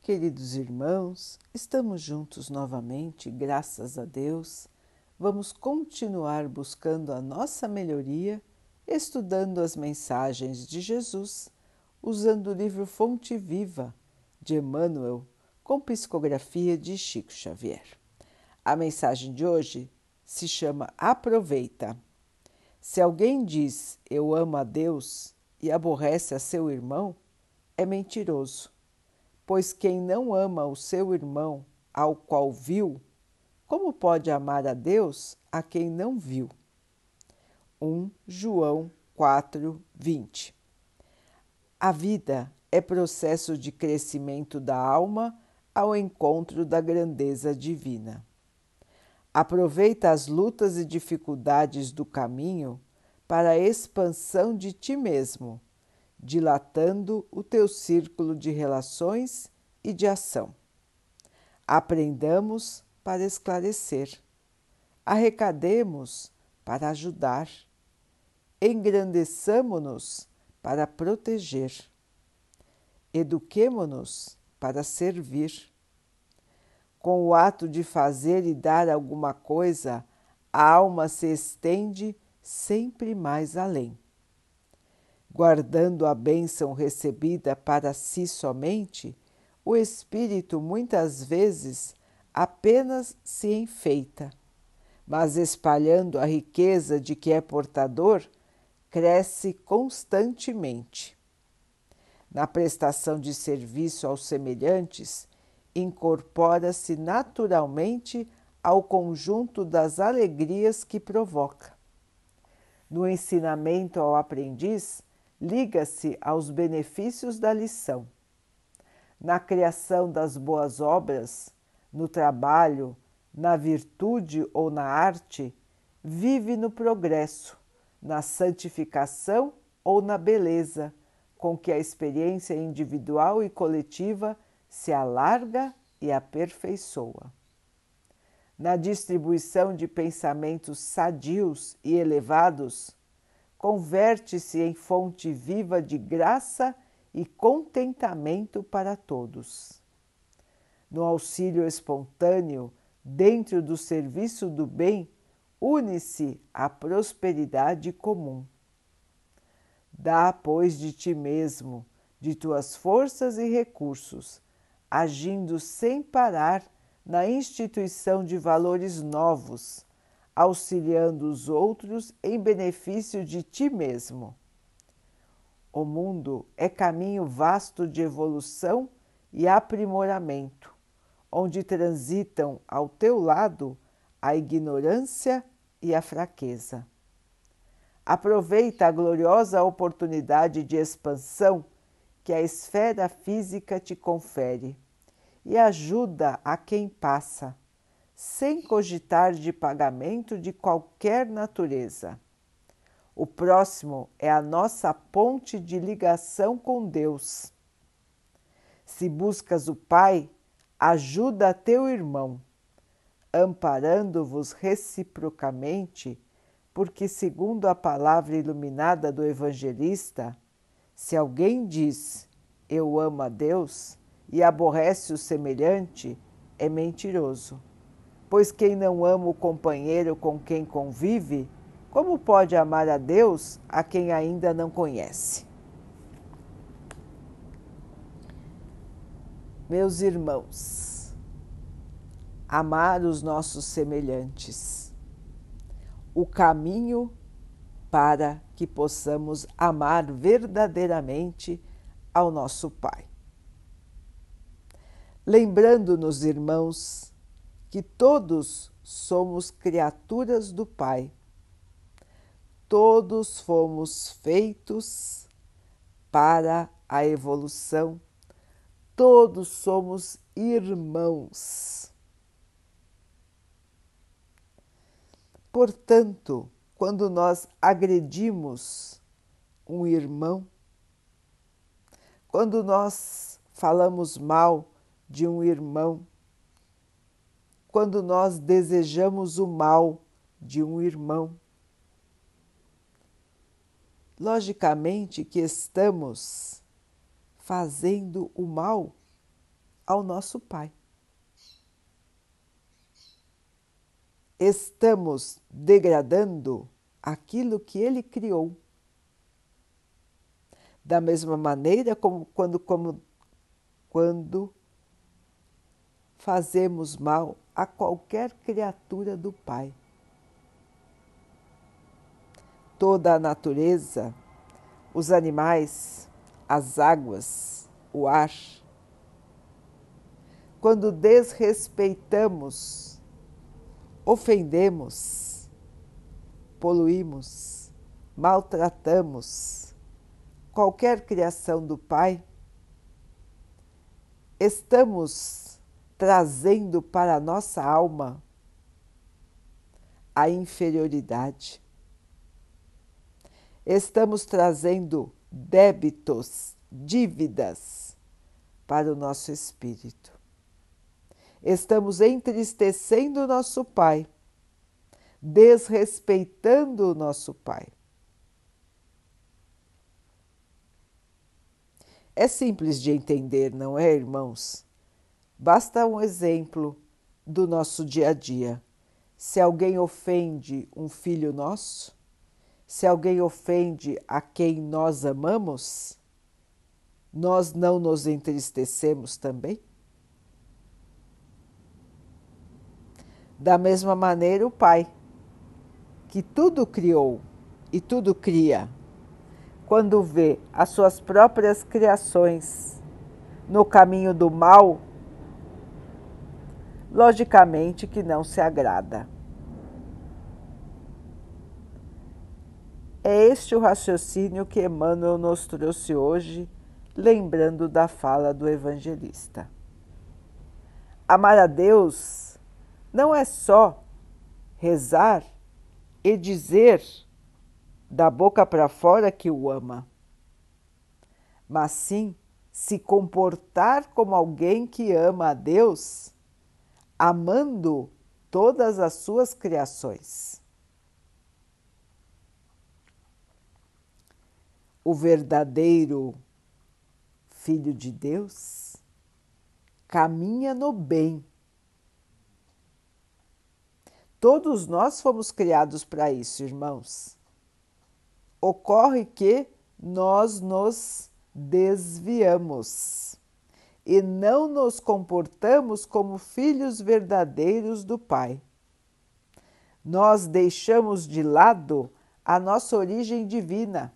Queridos irmãos, estamos juntos novamente, graças a Deus. Vamos continuar buscando a nossa melhoria, estudando as mensagens de Jesus, usando o livro Fonte Viva, de Emmanuel, com psicografia de Chico Xavier. A mensagem de hoje se chama Aproveita. Se alguém diz eu amo a Deus e aborrece a seu irmão, é mentiroso. Pois quem não ama o seu irmão, ao qual viu, como pode amar a Deus a quem não viu? 1 João 4:20. A vida é processo de crescimento da alma ao encontro da grandeza divina. Aproveita as lutas e dificuldades do caminho para a expansão de ti mesmo, dilatando o teu círculo de relações e de ação. Aprendamos para esclarecer, arrecademos para ajudar, engrandeçamo-nos para proteger, eduquemo-nos para servir. Com o ato de fazer e dar alguma coisa, a alma se estende sempre mais além. Guardando a bênção recebida para si somente, o espírito muitas vezes apenas se enfeita, mas espalhando a riqueza de que é portador, cresce constantemente. Na prestação de serviço aos semelhantes, incorpora-se naturalmente ao conjunto das alegrias que provoca. No ensinamento ao aprendiz, liga-se aos benefícios da lição. Na criação das boas obras, no trabalho, na virtude ou na arte, vive no progresso, na santificação ou na beleza, com que a experiência individual e coletiva se alarga e aperfeiçoa. Na distribuição de pensamentos sadios e elevados, converte-se em fonte viva de graça e contentamento para todos. No auxílio espontâneo, dentro do serviço do bem, une-se a prosperidade comum. Dá, pois, de ti mesmo, de tuas forças e recursos, agindo sem parar na instituição de valores novos, auxiliando os outros em benefício de ti mesmo. O mundo é caminho vasto de evolução e aprimoramento, onde transitam ao teu lado a ignorância e a fraqueza. Aproveita a gloriosa oportunidade de expansão que a esfera física te confere e ajuda a quem passa, sem cogitar de pagamento de qualquer natureza. O próximo é a nossa ponte de ligação com Deus. Se buscas o Pai, ajuda a teu irmão, amparando-vos reciprocamente, porque, segundo a palavra iluminada do evangelista, se alguém diz eu amo a Deus e aborrece o semelhante, é mentiroso. Pois quem não ama o companheiro com quem convive, como pode amar a Deus a quem ainda não conhece? Meus irmãos, amar os nossos semelhantes, o caminho para que possamos amar verdadeiramente ao nosso Pai. Lembrando-nos, irmãos, que todos somos criaturas do Pai. Todos fomos feitos para a evolução. Todos somos irmãos. Portanto, quando nós agredimos um irmão, quando nós falamos mal de um irmão, quando nós desejamos o mal de um irmão, logicamente que estamos fazendo o mal ao nosso Pai. Estamos degradando aquilo que Ele criou. Da mesma maneira como quando fazemos mal a qualquer criatura do Pai. Toda a natureza, os animais, as águas, o ar. Quando desrespeitamos, ofendemos, poluímos, maltratamos qualquer criação do Pai, estamos trazendo para a nossa alma a inferioridade. Estamos trazendo débitos, dívidas para o nosso espírito. Estamos entristecendo o nosso Pai, desrespeitando o nosso Pai. É simples de entender, não é, irmãos? Basta um exemplo do nosso dia a dia. Se alguém ofende um filho nosso, se alguém ofende a quem nós amamos, nós não nos entristecemos também? Da mesma maneira, o Pai, que tudo criou e tudo cria, quando vê as suas próprias criações no caminho do mal, logicamente que não se agrada. É este o raciocínio que Emmanuel nos trouxe hoje, lembrando da fala do evangelista. Amar a Deus não é só rezar e dizer da boca para fora que o ama, mas sim se comportar como alguém que ama a Deus, amando todas as suas criações. O verdadeiro Filho de Deus caminha no bem. Todos nós fomos criados para isso, irmãos. Ocorre que nós nos desviamos e não nos comportamos como filhos verdadeiros do Pai. Nós deixamos de lado a nossa origem divina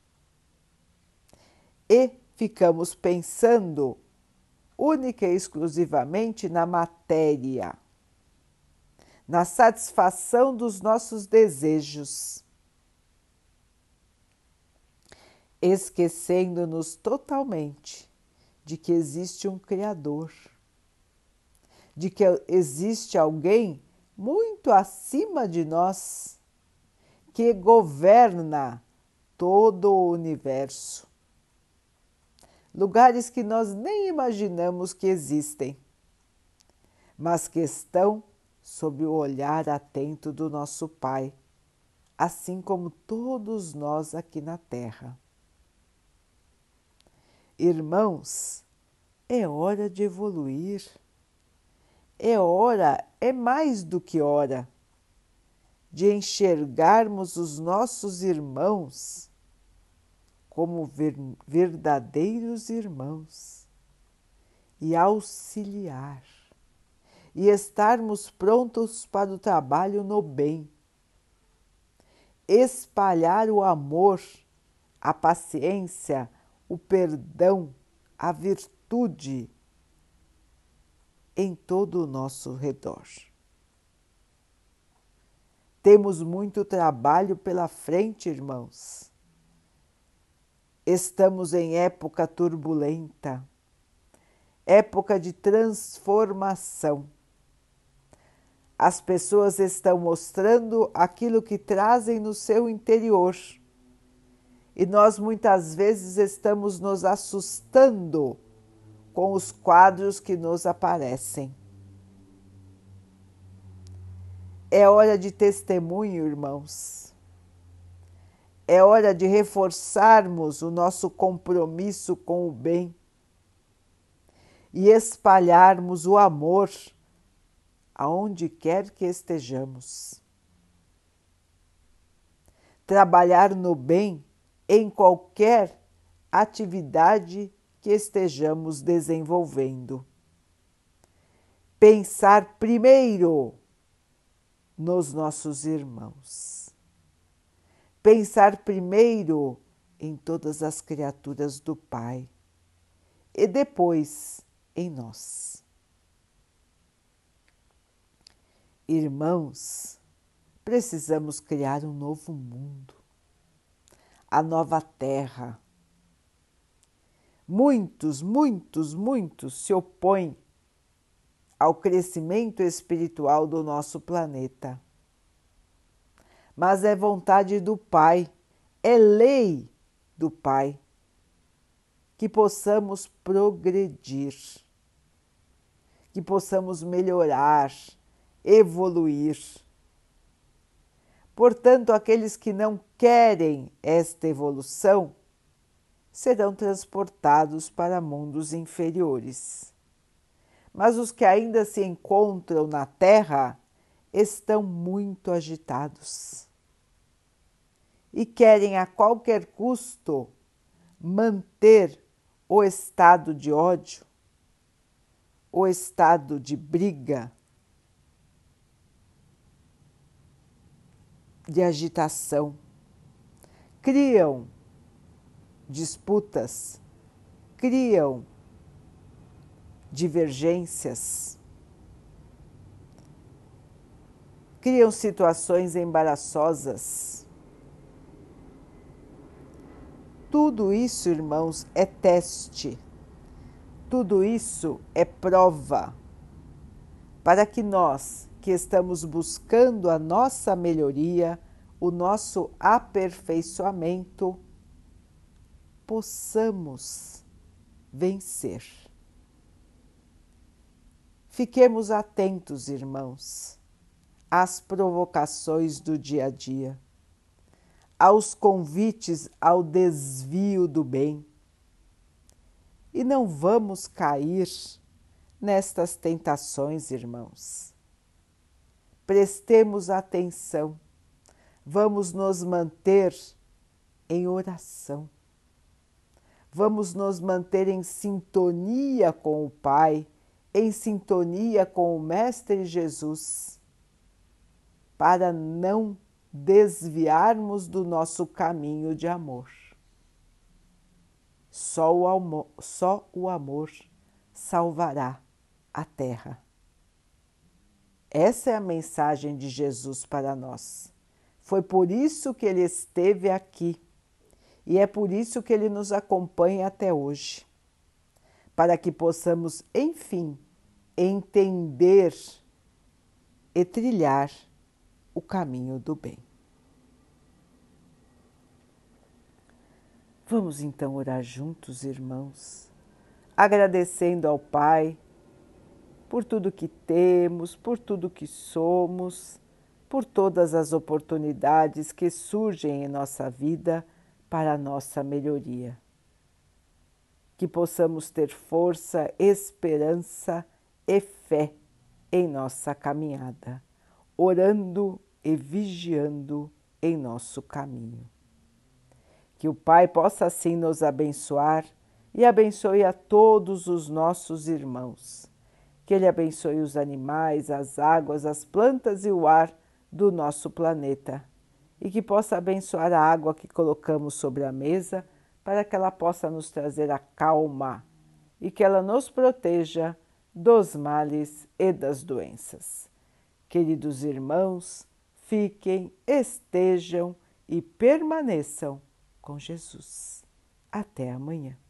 e ficamos pensando única e exclusivamente na matéria, na satisfação dos nossos desejos, esquecendo-nos totalmente de que existe um Criador, de que existe alguém muito acima de nós, que governa todo o universo. Lugares que nós nem imaginamos que existem, mas que estão sob o olhar atento do nosso Pai, assim como todos nós aqui na Terra. Irmãos, é hora de evoluir. É mais do que hora de enxergarmos os nossos irmãos como verdadeiros irmãos e auxiliar, e estarmos prontos para o trabalho no bem, espalhar o amor, a paciência, o perdão, a virtude em todo o nosso redor. Temos muito trabalho pela frente, irmãos. Estamos em época turbulenta, época de transformação. As pessoas estão mostrando aquilo que trazem no seu interior. E nós muitas vezes estamos nos assustando com os quadros que nos aparecem. É hora de testemunho, irmãos. É hora de reforçarmos o nosso compromisso com o bem e espalharmos o amor aonde quer que estejamos. Trabalhar no bem em qualquer atividade que estejamos desenvolvendo. Pensar primeiro nos nossos irmãos. Pensar primeiro em todas as criaturas do Pai e depois em nós. Irmãos, precisamos criar um novo mundo, a nova terra. Muitos se opõem ao crescimento espiritual do nosso planeta. Mas é vontade do Pai, é lei do Pai, que possamos progredir, que possamos melhorar, evoluir. Portanto, aqueles que não querem esta evolução serão transportados para mundos inferiores. Mas os que ainda se encontram na Terra estão muito agitados e querem a qualquer custo manter o estado de ódio, o estado de briga, de agitação. Criam disputas, criam divergências, criam situações embaraçosas. Tudo isso, irmãos, é teste, tudo isso é prova para que nós, que estamos buscando a nossa melhoria, o nosso aperfeiçoamento, possamos vencer. Fiquemos atentos, irmãos, às provocações do dia a dia, aos convites ao desvio do bem. E não vamos cair nestas tentações, irmãos. Prestemos atenção, vamos nos manter em oração, vamos nos manter em sintonia com o Pai, em sintonia com o Mestre Jesus, para não desviarmos do nosso caminho de amor. Só o amor salvará a Terra. Essa é a mensagem de Jesus para nós. Foi por isso que Ele esteve aqui e é por isso que Ele nos acompanha até hoje, para que possamos, enfim, entender e trilhar o caminho do bem. Vamos então orar juntos, irmãos, agradecendo ao Pai por tudo que temos, por tudo que somos, por todas as oportunidades que surgem em nossa vida para a nossa melhoria. Que possamos ter força, esperança e fé em nossa caminhada, orando e vigiando em nosso caminho. Que o Pai possa assim nos abençoar e abençoe a todos os nossos irmãos. Que Ele abençoe os animais, as águas, as plantas e o ar do nosso planeta. E que possa abençoar a água que colocamos sobre a mesa para que ela possa nos trazer a calma e que ela nos proteja dos males e das doenças. Queridos irmãos, fiquem, estejam e permaneçam com Jesus. Até amanhã.